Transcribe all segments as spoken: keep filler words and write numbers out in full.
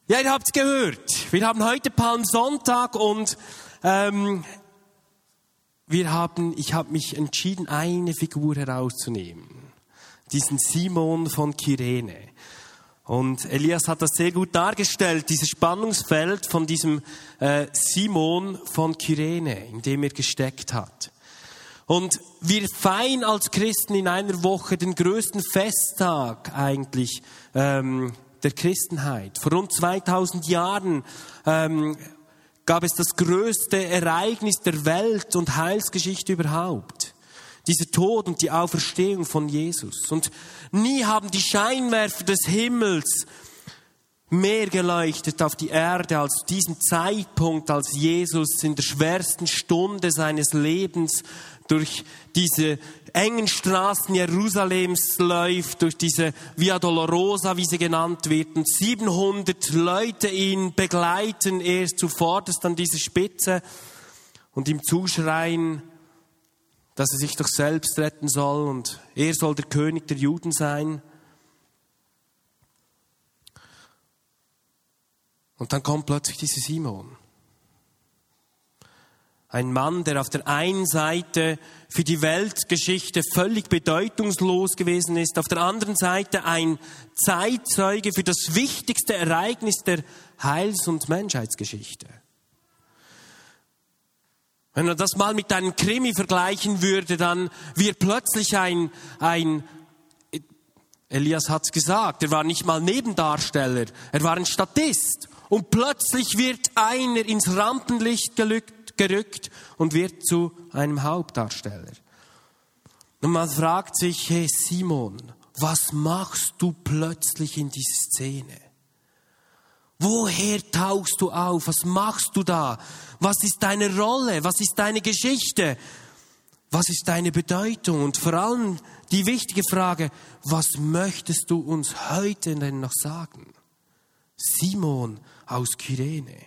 Ja, ihr habt's gehört. Wir haben heute Palmsonntag und ähm, wir haben, ich habe mich entschieden, eine Figur herauszunehmen. Diesen Simon von Kyrene. Und Elias hat das sehr gut dargestellt, dieses Spannungsfeld von diesem äh, Simon von Kyrene, in dem er gesteckt hat. Und wir feiern als Christen in einer Woche den größten Festtag eigentlich ähm, der Christenheit. Vor rund zweitausend Jahren ähm, gab es das größte Ereignis der Welt und Heilsgeschichte überhaupt. Dieser Tod und die Auferstehung von Jesus. Und nie haben die Scheinwerfer des Himmels mehr geleuchtet auf die Erde als zu diesem Zeitpunkt, als Jesus in der schwersten Stunde seines Lebens durch diese engen Straßen Jerusalems läuft, durch diese Via Dolorosa, wie sie genannt wird, und siebenhundert Leute ihn begleiten, erst zuvorderst an dieser Spitze und ihm zuschreien, dass er sich doch selbst retten soll und er soll der König der Juden sein. Und dann kommt plötzlich dieser Simon. Ein Mann, der auf der einen Seite für die Weltgeschichte völlig bedeutungslos gewesen ist, auf der anderen Seite ein Zeitzeuge für das wichtigste Ereignis der Heils- und Menschheitsgeschichte. Wenn man das mal mit einem Krimi vergleichen würde, dann wird plötzlich ein, ein Elias hat's gesagt, er war nicht mal Nebendarsteller, er war ein Statist. Und plötzlich wird einer ins Rampenlicht gelückt, gerückt und wird zu einem Hauptdarsteller. Und man fragt sich, hey Simon, was machst du plötzlich in dieser Szene? Woher tauchst du auf? Was machst du da? Was ist deine Rolle? Was ist deine Geschichte? Was ist deine Bedeutung? Und vor allem die wichtige Frage, was möchtest du uns heute denn noch sagen? Simon aus Kyrene.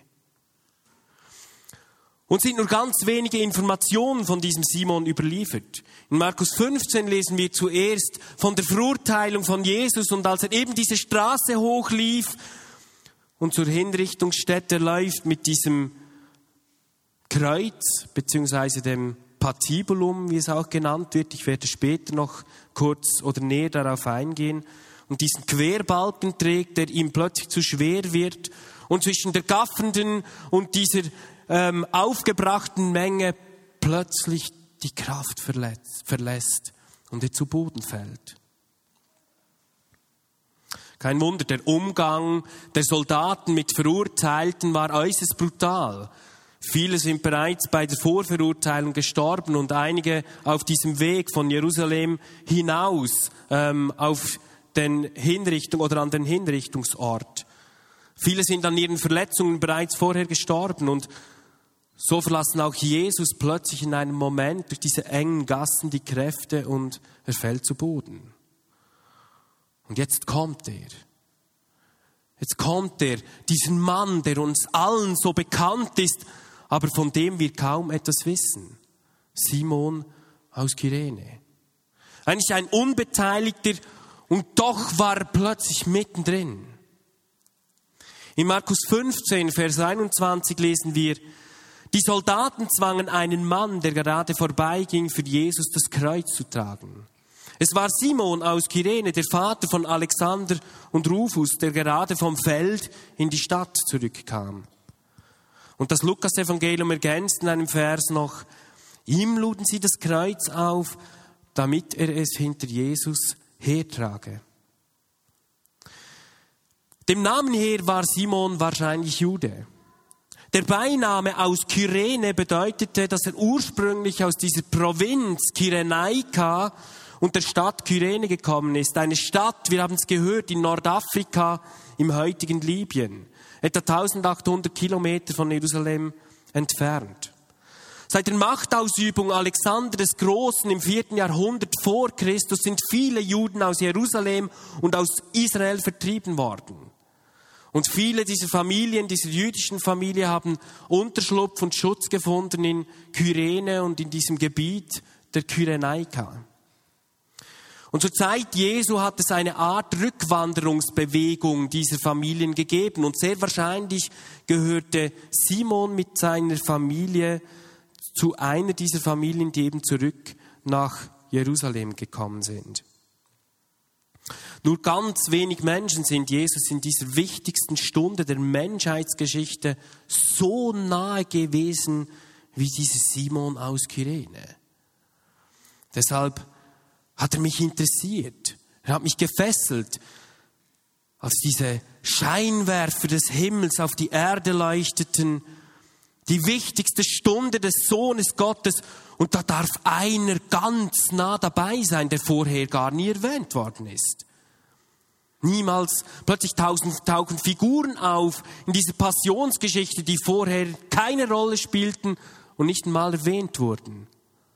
Uns sind nur ganz wenige Informationen von diesem Simon überliefert. In Markus fünfzehn lesen wir zuerst von der Verurteilung von Jesus und als er eben diese Straße hochlief und zur Hinrichtungsstätte läuft mit diesem Kreuz, beziehungsweise dem Patibulum, wie es auch genannt wird. Ich werde später noch kurz oder näher darauf eingehen. Und diesen Querbalken trägt, der ihm plötzlich zu schwer wird. Und zwischen der gaffenden und dieser ähm, aufgebrachten Menge plötzlich die Kraft verletzt, verlässt und er zu Boden fällt. Kein Wunder, der Umgang der Soldaten mit Verurteilten war äußerst brutal. Viele sind bereits bei der Vorverurteilung gestorben und einige auf diesem Weg von Jerusalem hinaus ähm, auf den Hinrichtung oder an den Hinrichtungsort. Viele sind an ihren Verletzungen bereits vorher gestorben und so verlassen auch Jesus plötzlich in einem Moment durch diese engen Gassen die Kräfte und er fällt zu Boden. Und jetzt kommt er. Jetzt kommt er, diesen Mann, der uns allen so bekannt ist, aber von dem wir kaum etwas wissen. Simon aus Kyrene. Eigentlich ein Unbeteiligter und doch war er plötzlich mittendrin. In Markus fünfzehn, Vers einundzwanzig lesen wir, die Soldaten zwangen einen Mann, der gerade vorbeiging, für Jesus das Kreuz zu tragen. Es war Simon aus Kyrene, der Vater von Alexander und Rufus, der gerade vom Feld in die Stadt zurückkam. Und das Lukas-Evangelium ergänzt in einem Vers noch, ihm luden sie das Kreuz auf, damit er es hinter Jesus hertrage. Dem Namen her war Simon wahrscheinlich Jude. Der Beiname aus Kyrene bedeutete, dass er ursprünglich aus dieser Provinz Kyrenaika und der Stadt Kyrene gekommen ist. Eine Stadt, wir haben es gehört, in Nordafrika, im heutigen Libyen. Etwa eintausendachthundert Kilometer von Jerusalem entfernt. Seit der Machtausübung Alexander des Großen im vierten Jahrhundert vor Christus sind viele Juden aus Jerusalem und aus Israel vertrieben worden. Und viele dieser Familien, dieser jüdischen Familie, haben Unterschlupf und Schutz gefunden in Kyrene und in diesem Gebiet der Kyrenaika. Und zur Zeit Jesu hat es eine Art Rückwanderungsbewegung dieser Familien gegeben. Und sehr wahrscheinlich gehörte Simon mit seiner Familie zu einer dieser Familien, die eben zurück nach Jerusalem gekommen sind. Nur ganz wenig Menschen sind Jesus in dieser wichtigsten Stunde der Menschheitsgeschichte so nahe gewesen wie dieser Simon aus Kyrene. Deshalb hat er mich interessiert, er hat mich gefesselt, als diese Scheinwerfer des Himmels auf die Erde leuchteten, die wichtigste Stunde des Sohnes Gottes, und da darf einer ganz nah dabei sein, der vorher gar nie erwähnt worden ist. Niemals plötzlich tauchen, tauchen Figuren auf in dieser Passionsgeschichte, die vorher keine Rolle spielten und nicht einmal erwähnt wurden.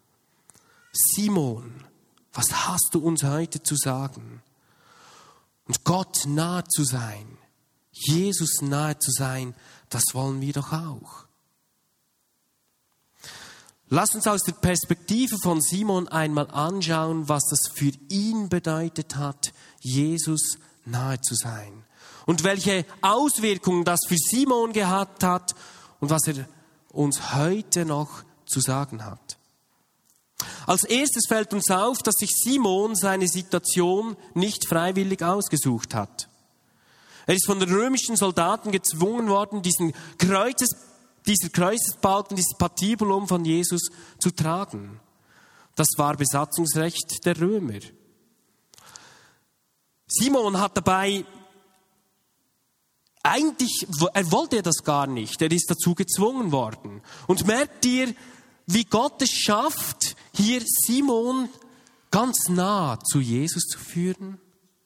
Simon, was hast du uns heute zu sagen? Und Gott nahe zu sein, Jesus nahe zu sein, das wollen wir doch auch. Lass uns aus der Perspektive von Simon einmal anschauen, was das für ihn bedeutet hat, Jesus nahe zu sein. Und welche Auswirkungen das für Simon gehabt hat und was er uns heute noch zu sagen hat. Als erstes fällt uns auf, dass sich Simon seine Situation nicht freiwillig ausgesucht hat. Er ist von den römischen Soldaten gezwungen worden, diesen Kreuzes, dieser Kreuzesbalken, dieses Patibulum von Jesus zu tragen. Das war Besatzungsrecht der Römer. Simon hat dabei, eigentlich, er wollte das gar nicht, er ist dazu gezwungen worden. Und merkt ihr, wie Gott es schafft, hier Simon ganz nah zu Jesus zu führen?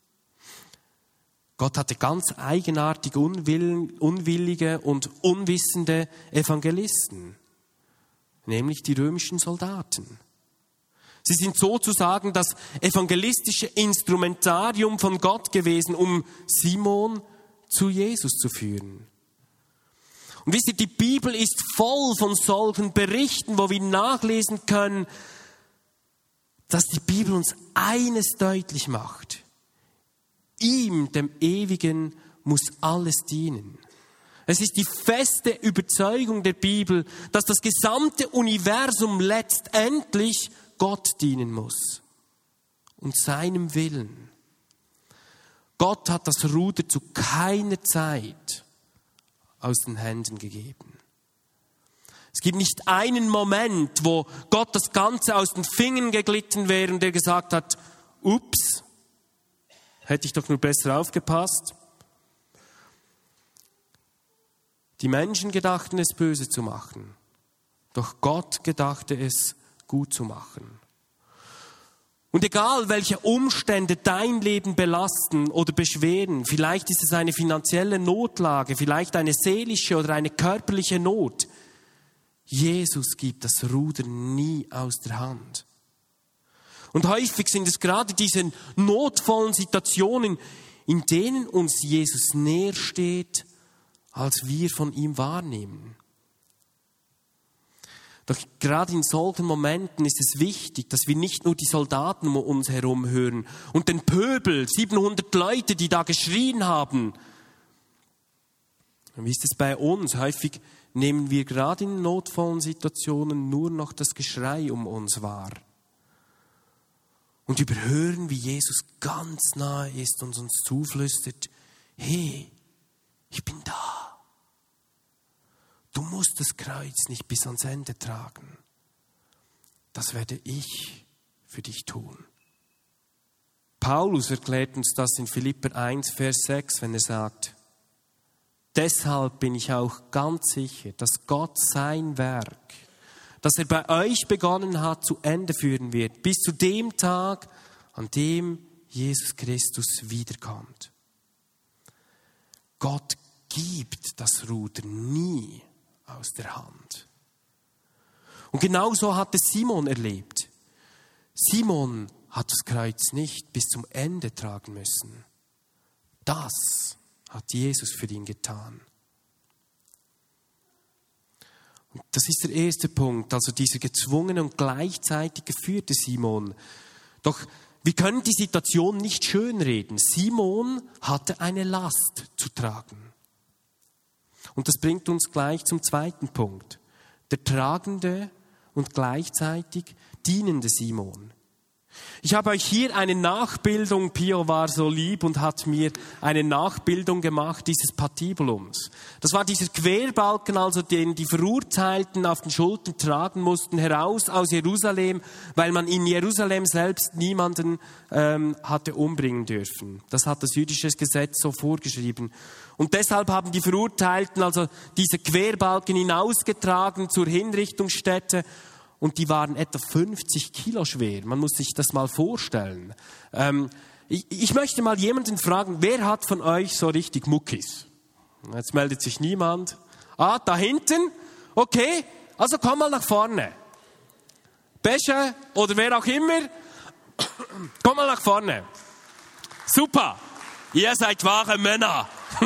Gott hatte ganz eigenartig unwillige und unwissende Evangelisten, nämlich die römischen Soldaten. Sie sind sozusagen das evangelistische Instrumentarium von Gott gewesen, um Simon zu Jesus zu führen. Und wisst ihr, die Bibel ist voll von solchen Berichten, wo wir nachlesen können, dass die Bibel uns eines deutlich macht. Ihm, dem Ewigen, muss alles dienen. Es ist die feste Überzeugung der Bibel, dass das gesamte Universum letztendlich Gott dienen muss und seinem Willen. Gott hat das Ruder zu keiner Zeit aus den Händen gegeben. Es gibt nicht einen Moment, wo Gott das Ganze aus den Fingern geglitten wäre und er gesagt hat, ups, hätte ich doch nur besser aufgepasst. Die Menschen gedachten es böse zu machen, doch Gott gedachte es gut zu machen. Und egal, welche Umstände dein Leben belasten oder beschweren, vielleicht ist es eine finanzielle Notlage, vielleicht eine seelische oder eine körperliche Not, Jesus gibt das Ruder nie aus der Hand. Und häufig sind es gerade diese notvollen Situationen, in denen uns Jesus näher steht, als wir von ihm wahrnehmen. Doch gerade in solchen Momenten ist es wichtig, dass wir nicht nur die Soldaten um uns herum hören und den Pöbel, siebenhundert Leute, die da geschrien haben. Wie ist es bei uns? Häufig nehmen wir gerade in notvollen Situationen nur noch das Geschrei um uns wahr. Und überhören, wie Jesus ganz nahe ist und uns zuflüstert, hey, ich bin da. Du musst das Kreuz nicht bis ans Ende tragen. Das werde ich für dich tun. Paulus erklärt uns das in Philipper eins, Vers sechs, wenn er sagt, deshalb bin ich auch ganz sicher, dass Gott sein Werk, das er bei euch begonnen hat, zu Ende führen wird, bis zu dem Tag, an dem Jesus Christus wiederkommt. Gott gibt das Ruder nie aus der Hand. Und genauso hat es Simon erlebt. Simon hat das Kreuz nicht bis zum Ende tragen müssen. Das hat Jesus für ihn getan. Und das ist der erste Punkt, also dieser gezwungene und gleichzeitig geführte Simon. Doch Wir können die Situation nicht schönreden. Simon hatte eine Last zu tragen. Und das bringt uns gleich zum zweiten Punkt. Der tragende und gleichzeitig dienende Simon. Ich habe euch hier eine Nachbildung, Pio war so lieb und hat mir eine Nachbildung gemacht dieses Patibulums. Das war dieser Querbalken, also den die Verurteilten auf den Schultern tragen mussten, heraus aus Jerusalem, weil man in Jerusalem selbst niemanden ähm, hatte umbringen dürfen. Das hat das jüdische Gesetz so vorgeschrieben. Und deshalb haben die Verurteilten also diese Querbalken hinausgetragen zur Hinrichtungsstätte. Und die waren etwa fünfzig Kilo schwer. Man muss sich das mal vorstellen. Ähm, ich, ich möchte mal jemanden fragen, wer hat von euch so richtig Muckis? Jetzt meldet sich niemand. Ah, da hinten? Okay, also komm mal nach vorne. Besche oder wer auch immer, komm mal nach vorne. Super, ihr seid wahre Männer.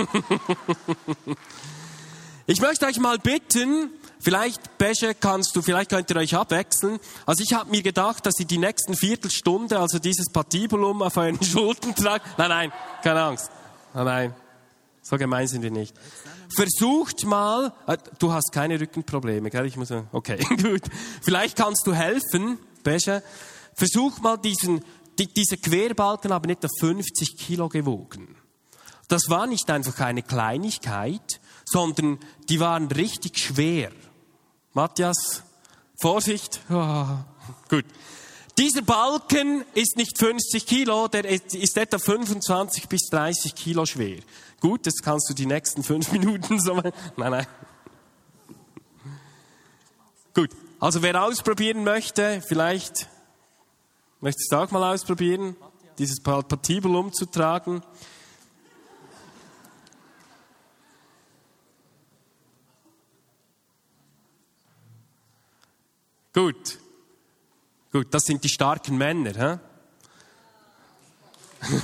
Ich möchte euch mal bitten, vielleicht, Besche, kannst du, vielleicht könnt ihr euch abwechseln. Also ich habe mir gedacht, dass ihr die nächsten Viertelstunde, also dieses Patibulum auf euren Schultern tragt. Nein, nein, keine Angst. Nein, nein, so gemein sind wir nicht. Versucht mal, äh, du hast keine Rückenprobleme, gell? Ich muss, okay, gut. Vielleicht kannst du helfen, Besche. Versuch mal diesen, die, diese Querbalken haben etwa fünfzig Kilo gewogen. Das war nicht einfach eine Kleinigkeit, sondern die waren richtig schwer. Matthias, Vorsicht. Oh, gut. Dieser Balken ist nicht fünfzig Kilo, der ist etwa fünfundzwanzig bis dreißig Kilo schwer. Gut, das kannst du die nächsten fünf Minuten so machen. Nein, nein. Gut, also wer ausprobieren möchte, vielleicht möchtest du auch mal ausprobieren, dieses Patibulum zu tragen. Gut, gut, das sind die starken Männer, hä?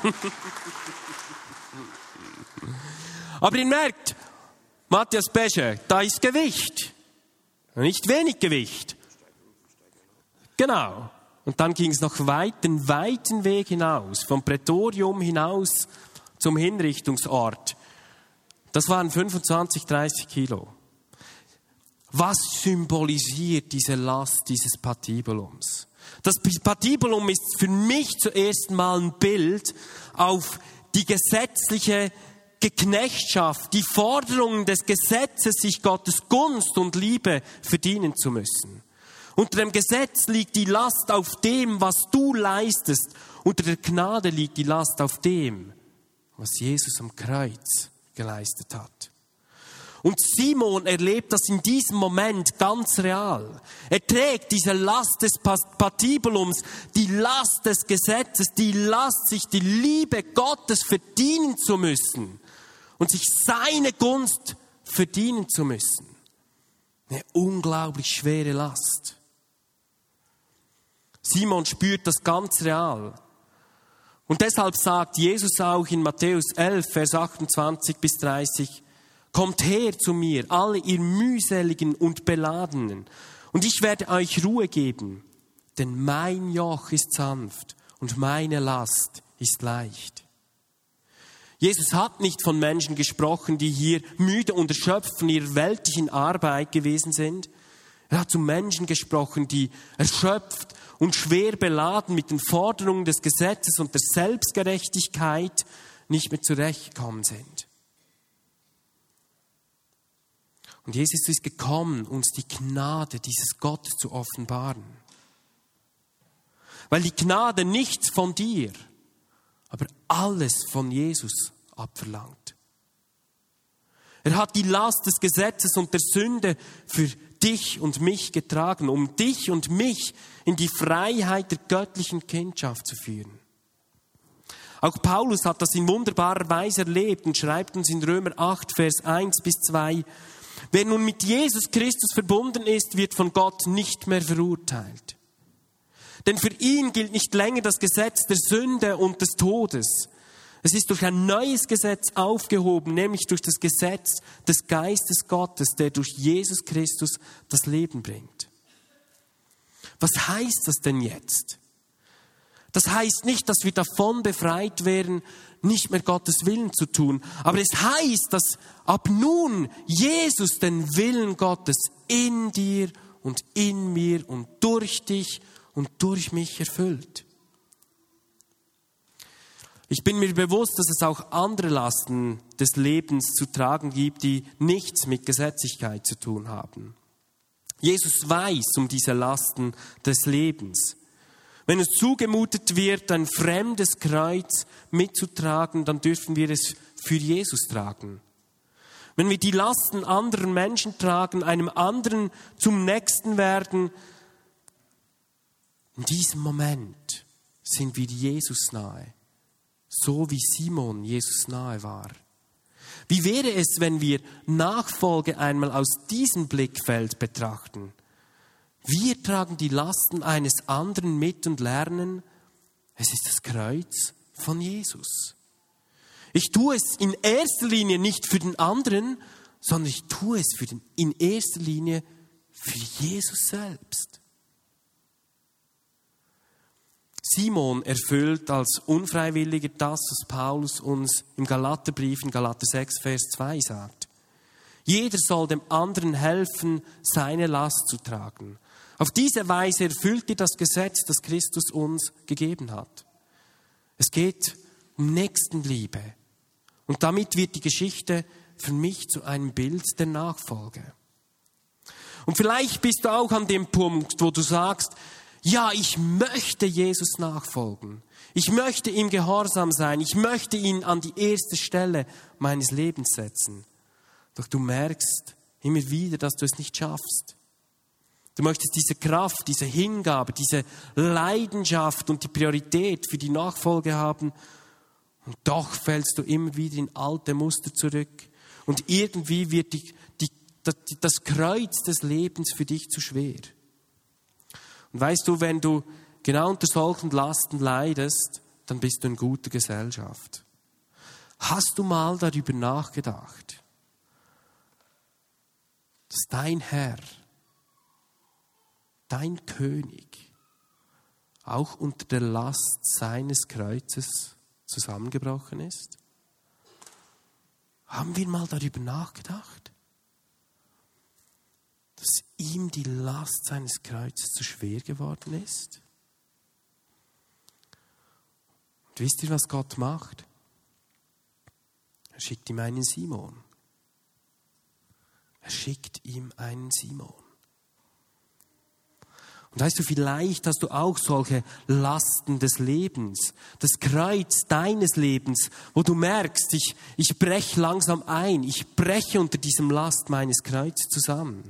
Aber ihr merkt, Matthias Besche, da ist Gewicht, nicht wenig Gewicht. Genau. Und dann ging es noch weit, den weiten Weg hinaus, vom Prätorium hinaus zum Hinrichtungsort. Das waren fünfundzwanzig, dreißig Kilo. Was symbolisiert diese Last dieses Patibulums? Das Patibulum ist für mich zuerst mal ein Bild auf die gesetzliche Geknechtschaft, die Forderungen des Gesetzes, sich Gottes Gunst und Liebe verdienen zu müssen. Unter dem Gesetz liegt die Last auf dem, was du leistest. Unter der Gnade liegt die Last auf dem, was Jesus am Kreuz geleistet hat. Und Simon erlebt das in diesem Moment ganz real. Er trägt diese Last des Patibulums, die Last des Gesetzes, die Last, sich die Liebe Gottes verdienen zu müssen und sich seine Gunst verdienen zu müssen. Eine unglaublich schwere Last. Simon spürt das ganz real. Und deshalb sagt Jesus auch in Matthäus elf, Vers achtundzwanzig bis dreißig, kommt her zu mir, alle ihr mühseligen und Beladenen, und ich werde euch Ruhe geben, denn mein Joch ist sanft und meine Last ist leicht. Jesus hat nicht von Menschen gesprochen, die hier müde und erschöpft von ihrer weltlichen Arbeit gewesen sind. Er hat zu Menschen gesprochen, die erschöpft und schwer beladen mit den Forderungen des Gesetzes und der Selbstgerechtigkeit nicht mehr zurechtgekommen sind. Und Jesus ist gekommen, uns die Gnade dieses Gottes zu offenbaren. Weil die Gnade nichts von dir, aber alles von Jesus abverlangt. Er hat die Last des Gesetzes und der Sünde für dich und mich getragen, um dich und mich in die Freiheit der göttlichen Kindschaft zu führen. Auch Paulus hat das in wunderbarer Weise erlebt und schreibt uns in Römer acht, Vers eins bis zwei, wer nun mit Jesus Christus verbunden ist, wird von Gott nicht mehr verurteilt. Denn für ihn gilt nicht länger das Gesetz der Sünde und des Todes. Es ist durch ein neues Gesetz aufgehoben, nämlich durch das Gesetz des Geistes Gottes, der durch Jesus Christus das Leben bringt. Was heißt das denn jetzt? Das heißt nicht, dass wir davon befreit wären, nicht mehr Gottes Willen zu tun. Aber es heißt, dass ab nun Jesus den Willen Gottes in dir und in mir und durch dich und durch mich erfüllt. Ich bin mir bewusst, dass es auch andere Lasten des Lebens zu tragen gibt, die nichts mit Gesetzlichkeit zu tun haben. Jesus weiß um diese Lasten des Lebens. Wenn uns zugemutet wird, ein fremdes Kreuz mitzutragen, dann dürfen wir es für Jesus tragen. Wenn wir die Lasten anderer Menschen tragen, einem anderen zum Nächsten werden, in diesem Moment sind wir Jesus nahe, so wie Simon Jesus nahe war. Wie wäre es, wenn wir Nachfolge einmal aus diesem Blickfeld betrachten? Wir tragen die Lasten eines anderen mit und lernen, es ist das Kreuz von Jesus. Ich tue es in erster Linie nicht für den anderen, sondern ich tue es für den, in erster Linie für Jesus selbst. Simon erfüllt als Unfreiwilliger das, was Paulus uns im Galaterbrief in Galater sechs, Vers zwei sagt. Jeder soll dem anderen helfen, seine Last zu tragen. Auf diese Weise erfüllt ihr das Gesetz, das Christus uns gegeben hat. Es geht um Nächstenliebe. Und damit wird die Geschichte für mich zu einem Bild der Nachfolge. Und vielleicht bist du auch an dem Punkt, wo du sagst, ja, ich möchte Jesus nachfolgen. Ich möchte ihm gehorsam sein. Ich möchte ihn an die erste Stelle meines Lebens setzen. Doch du merkst immer wieder, dass du es nicht schaffst. Du möchtest diese Kraft, diese Hingabe, diese Leidenschaft und die Priorität für die Nachfolge haben. Und doch fällst du immer wieder in alte Muster zurück. Und irgendwie wird die, die, die, das Kreuz des Lebens für dich zu schwer. Und weißt du, wenn du genau unter solchen Lasten leidest, dann bist du in guter Gesellschaft. Hast du mal darüber nachgedacht, dass dein Herr, dein König, auch unter der Last seines Kreuzes zusammengebrochen ist? Haben wir mal darüber nachgedacht? Dass ihm die Last seines Kreuzes zu schwer geworden ist? Und wisst ihr, was Gott macht? Er schickt ihm einen Simon. Er schickt ihm einen Simon. Und weißt du, vielleicht hast du auch solche Lasten des Lebens, das Kreuz deines Lebens, wo du merkst, ich, ich breche langsam ein, ich breche unter diesem Last meines Kreuzes zusammen.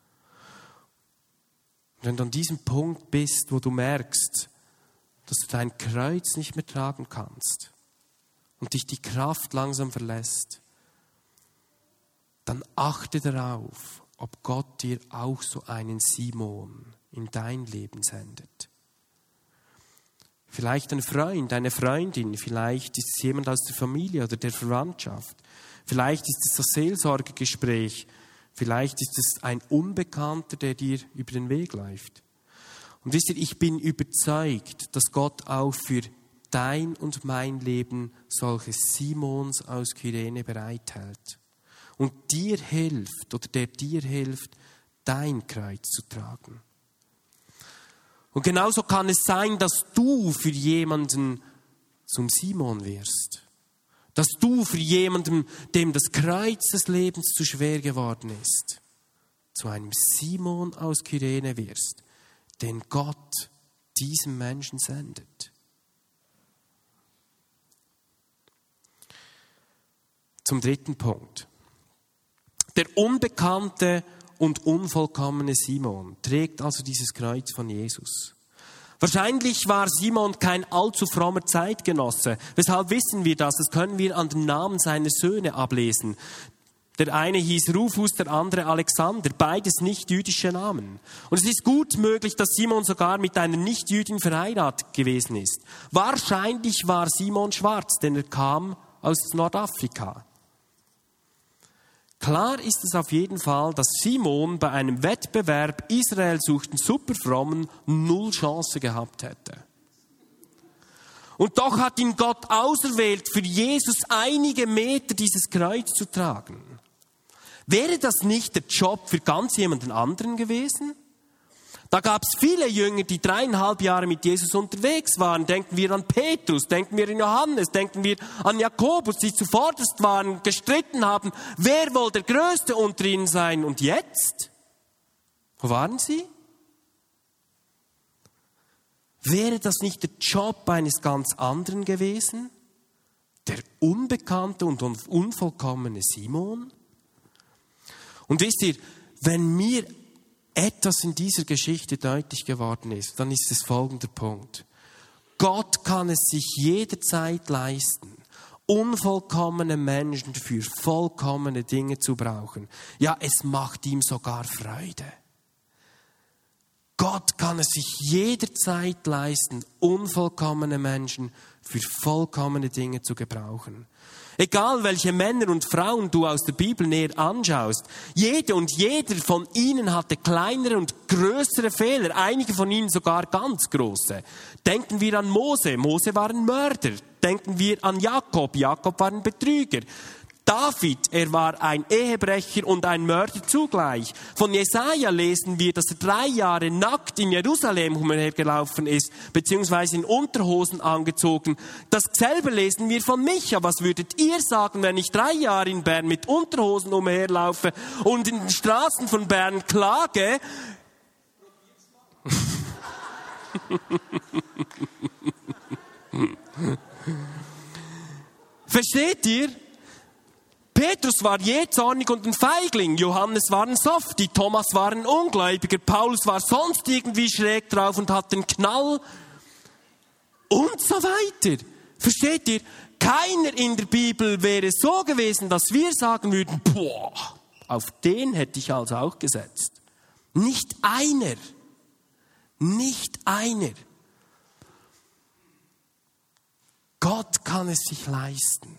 Und wenn du an diesem Punkt bist, wo du merkst, dass du dein Kreuz nicht mehr tragen kannst und dich die Kraft langsam verlässt, dann achte darauf, ob Gott dir auch so einen Simon in dein Leben sendet. Vielleicht ein Freund, eine Freundin, vielleicht ist es jemand aus der Familie oder der Verwandtschaft, vielleicht ist es das Seelsorgegespräch, vielleicht ist es ein Unbekannter, der dir über den Weg läuft. Und wisst ihr, ich bin überzeugt, dass Gott auch für dein und mein Leben solche Simons aus Kyrene bereithält und dir hilft oder der dir hilft, dein Kreuz zu tragen. Und genauso kann es sein, dass du für jemanden zum Simon wirst. Dass du für jemanden, dem das Kreuz des Lebens zu schwer geworden ist, zu einem Simon aus Kyrene wirst, den Gott diesem Menschen sendet. Zum dritten Punkt. Der unbekannte und unvollkommene Simon trägt also dieses Kreuz von Jesus. Wahrscheinlich war Simon kein allzu frommer Zeitgenosse. Weshalb wissen wir das? Das können wir an den Namen seiner Söhne ablesen. Der eine hieß Rufus, der andere Alexander, beides nicht jüdische Namen. Und es ist gut möglich, dass Simon sogar mit einer Nicht-Jüdin verheiratet gewesen ist. Wahrscheinlich war Simon schwarz, denn er kam aus Nordafrika. Klar ist es auf jeden Fall, dass Simon bei einem Wettbewerb Israel sucht einen Superfrommen null Chance gehabt hätte. Und doch hat ihn Gott auserwählt, für Jesus einige Meter dieses Kreuz zu tragen. Wäre das nicht der Job für ganz jemanden anderen gewesen? Da gab es viele Jünger, die dreieinhalb Jahre mit Jesus unterwegs waren. Denken wir an Petrus, denken wir an Johannes, denken wir an Jakobus, die zuvorderst waren, gestritten haben. Wer wohl der Größte unter ihnen sein? Und jetzt? Wo waren sie? Wäre das nicht der Job eines ganz anderen gewesen? Der unbekannte und unvollkommene Simon? Und wisst ihr, wenn mir etwas in dieser Geschichte deutlich geworden ist, dann ist es folgender Punkt. Gott kann es sich jederzeit leisten, unvollkommene Menschen für vollkommene Dinge zu brauchen. Ja, es macht ihm sogar Freude. Gott kann es sich jederzeit leisten, unvollkommene Menschen für vollkommene Dinge zu gebrauchen. Egal welche Männer und Frauen du aus der Bibel näher anschaust, jede und jeder von ihnen hatte kleinere und größere Fehler, einige von ihnen sogar ganz große. Denken wir an Mose, Mose war ein Mörder. Denken wir an Jakob, Jakob war ein Betrüger. David, er war ein Ehebrecher und ein Mörder zugleich. Von Jesaja lesen wir, dass er drei Jahre nackt in Jerusalem umhergelaufen ist, beziehungsweise in Unterhosen angezogen. Dasselbe lesen wir von Micha. Was würdet ihr sagen, wenn ich drei Jahre in Bern mit Unterhosen umherlaufe und in den Straßen von Bern klage? Versteht ihr? Petrus war jähzornig und ein Feigling, Johannes war ein Softie, Thomas war ein Ungläubiger, Paulus war sonst irgendwie schräg drauf und hat den Knall und so weiter. Versteht ihr? Keiner in der Bibel wäre so gewesen, dass wir sagen würden, boah, auf den hätte ich also auch gesetzt. Nicht einer. Nicht einer. Gott kann es sich leisten,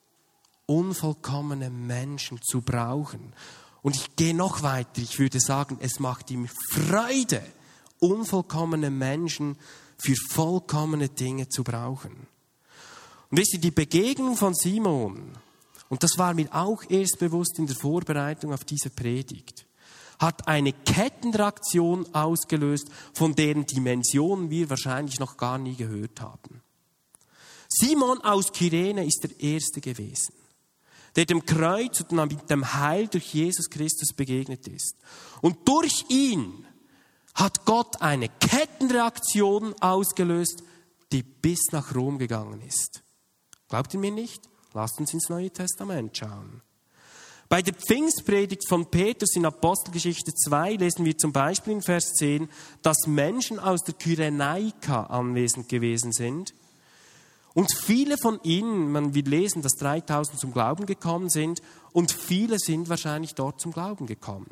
unvollkommene Menschen zu brauchen. Und ich gehe noch weiter. Ich würde sagen, es macht ihm Freude, unvollkommene Menschen für vollkommene Dinge zu brauchen. Und wisst ihr, die Begegnung von Simon, und das war mir auch erst bewusst in der Vorbereitung auf diese Predigt, hat eine Kettenreaktion ausgelöst, von deren Dimensionen wir wahrscheinlich noch gar nie gehört haben. Simon aus Kyrene ist der Erste gewesen, der dem Kreuz und mit dem Heil durch Jesus Christus begegnet ist. Und durch ihn hat Gott eine Kettenreaktion ausgelöst, die bis nach Rom gegangen ist. Glaubt ihr mir nicht? Lasst uns ins Neue Testament schauen. Bei der Pfingstpredigt von Petrus in Apostelgeschichte zwei lesen wir zum Beispiel in Vers zehn, dass Menschen aus der Kyrenaika anwesend gewesen sind. Und viele von ihnen, man will lesen, dass dreitausend zum Glauben gekommen sind und viele sind wahrscheinlich dort zum Glauben gekommen.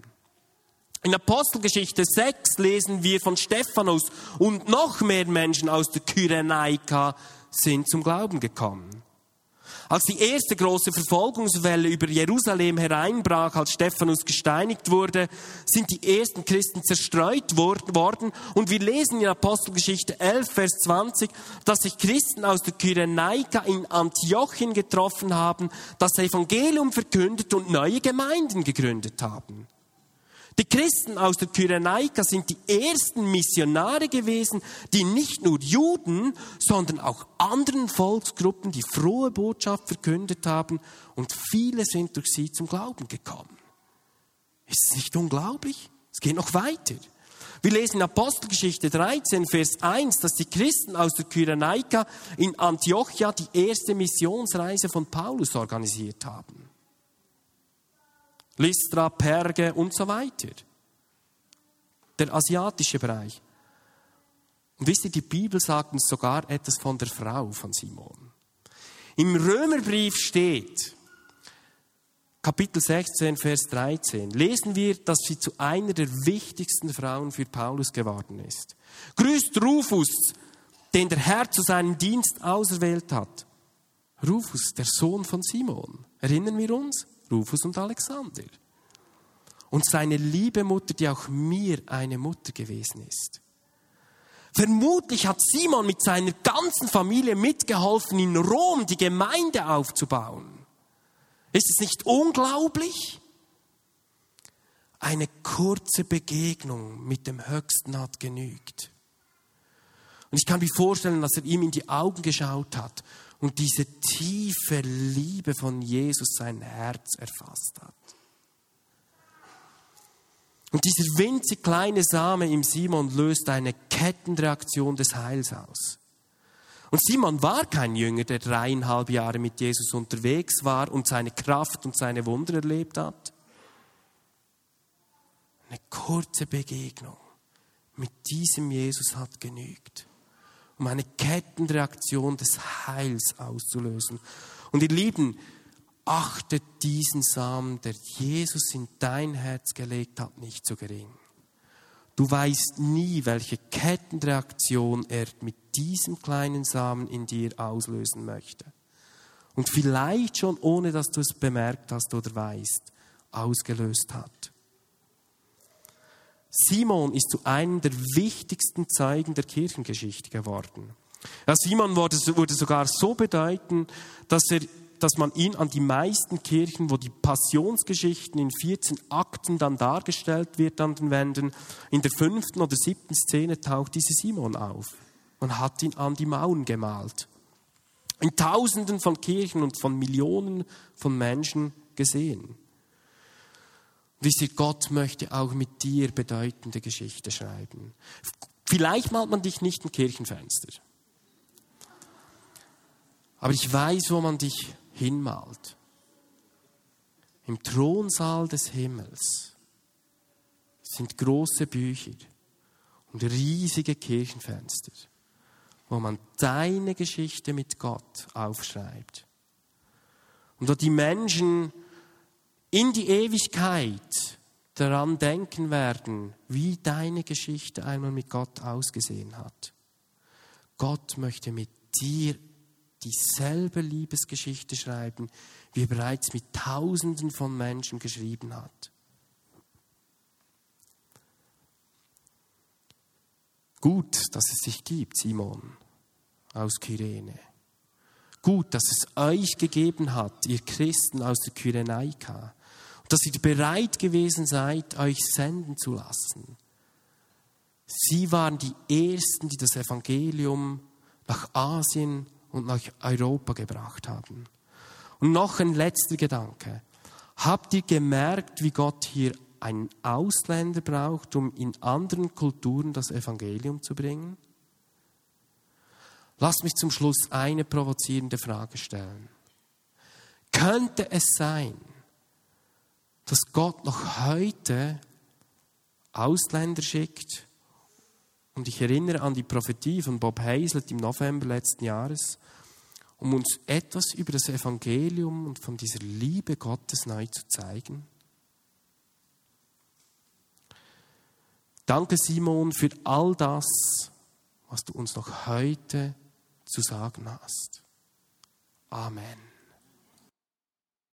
In Apostelgeschichte sechs lesen wir von Stephanus und noch mehr Menschen aus der Kyrenaika sind zum Glauben gekommen. Als die erste große Verfolgungswelle über Jerusalem hereinbrach, als Stephanus gesteinigt wurde, sind die ersten Christen zerstreut worden. Und wir lesen in Apostelgeschichte elf, Vers zwanzig, dass sich Christen aus der Kyrenaika in Antiochien getroffen haben, das Evangelium verkündet und neue Gemeinden gegründet haben. Die Christen aus der Kyrenaika sind die ersten Missionare gewesen, die nicht nur Juden, sondern auch anderen Volksgruppen die frohe Botschaft verkündet haben und viele sind durch sie zum Glauben gekommen. Ist es nicht unglaublich? Es geht noch weiter. Wir lesen in Apostelgeschichte dreizehn, Vers eins, dass die Christen aus der Kyrenaika in Antiochia die erste Missionsreise von Paulus organisiert haben. Lystra, Perge und so weiter. Der asiatische Bereich. Und wisst ihr, die Bibel sagt uns sogar etwas von der Frau von Simon. Im Römerbrief steht, Kapitel sechzehn, Vers dreizehn, lesen wir, dass sie zu einer der wichtigsten Frauen für Paulus geworden ist. Grüßt Rufus, den der Herr zu seinem Dienst auserwählt hat. Rufus, der Sohn von Simon. Erinnern wir uns? Rufus und Alexander. Und seine liebe Mutter, die auch mir eine Mutter gewesen ist. Vermutlich hat Simon mit seiner ganzen Familie mitgeholfen, in Rom die Gemeinde aufzubauen. Ist es nicht unglaublich? Eine kurze Begegnung mit dem Höchsten hat genügt. Und ich kann mir vorstellen, dass er ihm in die Augen geschaut hat und diese tiefe Liebe von Jesus sein Herz erfasst hat. Und dieser winzig kleine Same im Simon löst eine Kettenreaktion des Heils aus. Und Simon war kein Jünger, der dreieinhalb Jahre mit Jesus unterwegs war und seine Kraft und seine Wunder erlebt hat. Eine kurze Begegnung mit diesem Jesus hat genügt, um eine Kettenreaktion des Heils auszulösen. Und ihr Lieben, achtet diesen Samen, der Jesus in dein Herz gelegt hat, nicht so gering. Du weißt nie, welche Kettenreaktion er mit diesem kleinen Samen in dir auslösen möchte. Und vielleicht schon, ohne dass du es bemerkt hast oder weißt, ausgelöst hat. Simon ist zu einem der wichtigsten Zeugen der Kirchengeschichte geworden. Ja, Simon wurde, wurde sogar so bedeutend, dass, er, dass man ihn an die meisten Kirchen, wo die Passionsgeschichten in vierzehn Akten dann dargestellt wird an den Wänden, in der fünften oder siebten Szene taucht dieser Simon auf. Man hat ihn an die Mauern gemalt. In Tausenden von Kirchen und von Millionen von Menschen gesehen. Wisst ihr, Gott möchte auch mit dir bedeutende Geschichte schreiben. Vielleicht malt man dich nicht im Kirchenfenster. Aber ich weiß, wo man dich hinmalt. Im Thronsaal des Himmels sind große Bücher und riesige Kirchenfenster, wo man deine Geschichte mit Gott aufschreibt. Und wo die Menschen in die Ewigkeit daran denken werden, wie deine Geschichte einmal mit Gott ausgesehen hat. Gott möchte mit dir dieselbe Liebesgeschichte schreiben, wie er bereits mit Tausenden von Menschen geschrieben hat. Gut, dass es dich gibt, Simon aus Kyrene. Gut, dass es euch gegeben hat, ihr Christen aus der Kyrenaika, und dass ihr bereit gewesen seid, euch senden zu lassen. Sie waren die Ersten, die das Evangelium nach Asien und nach Europa gebracht haben. Und noch ein letzter Gedanke. Habt ihr gemerkt, wie Gott hier einen Ausländer braucht, um in anderen Kulturen das Evangelium zu bringen? Lasst mich zum Schluss eine provozierende Frage stellen. Könnte es sein, dass Gott noch heute Ausländer schickt? Und ich erinnere an die Prophetie von Bob Hazlett im November letzten Jahres, um uns etwas über das Evangelium und von dieser Liebe Gottes neu zu zeigen. Danke, Simon, für all das, was du uns noch heute zu sagen hast. Amen.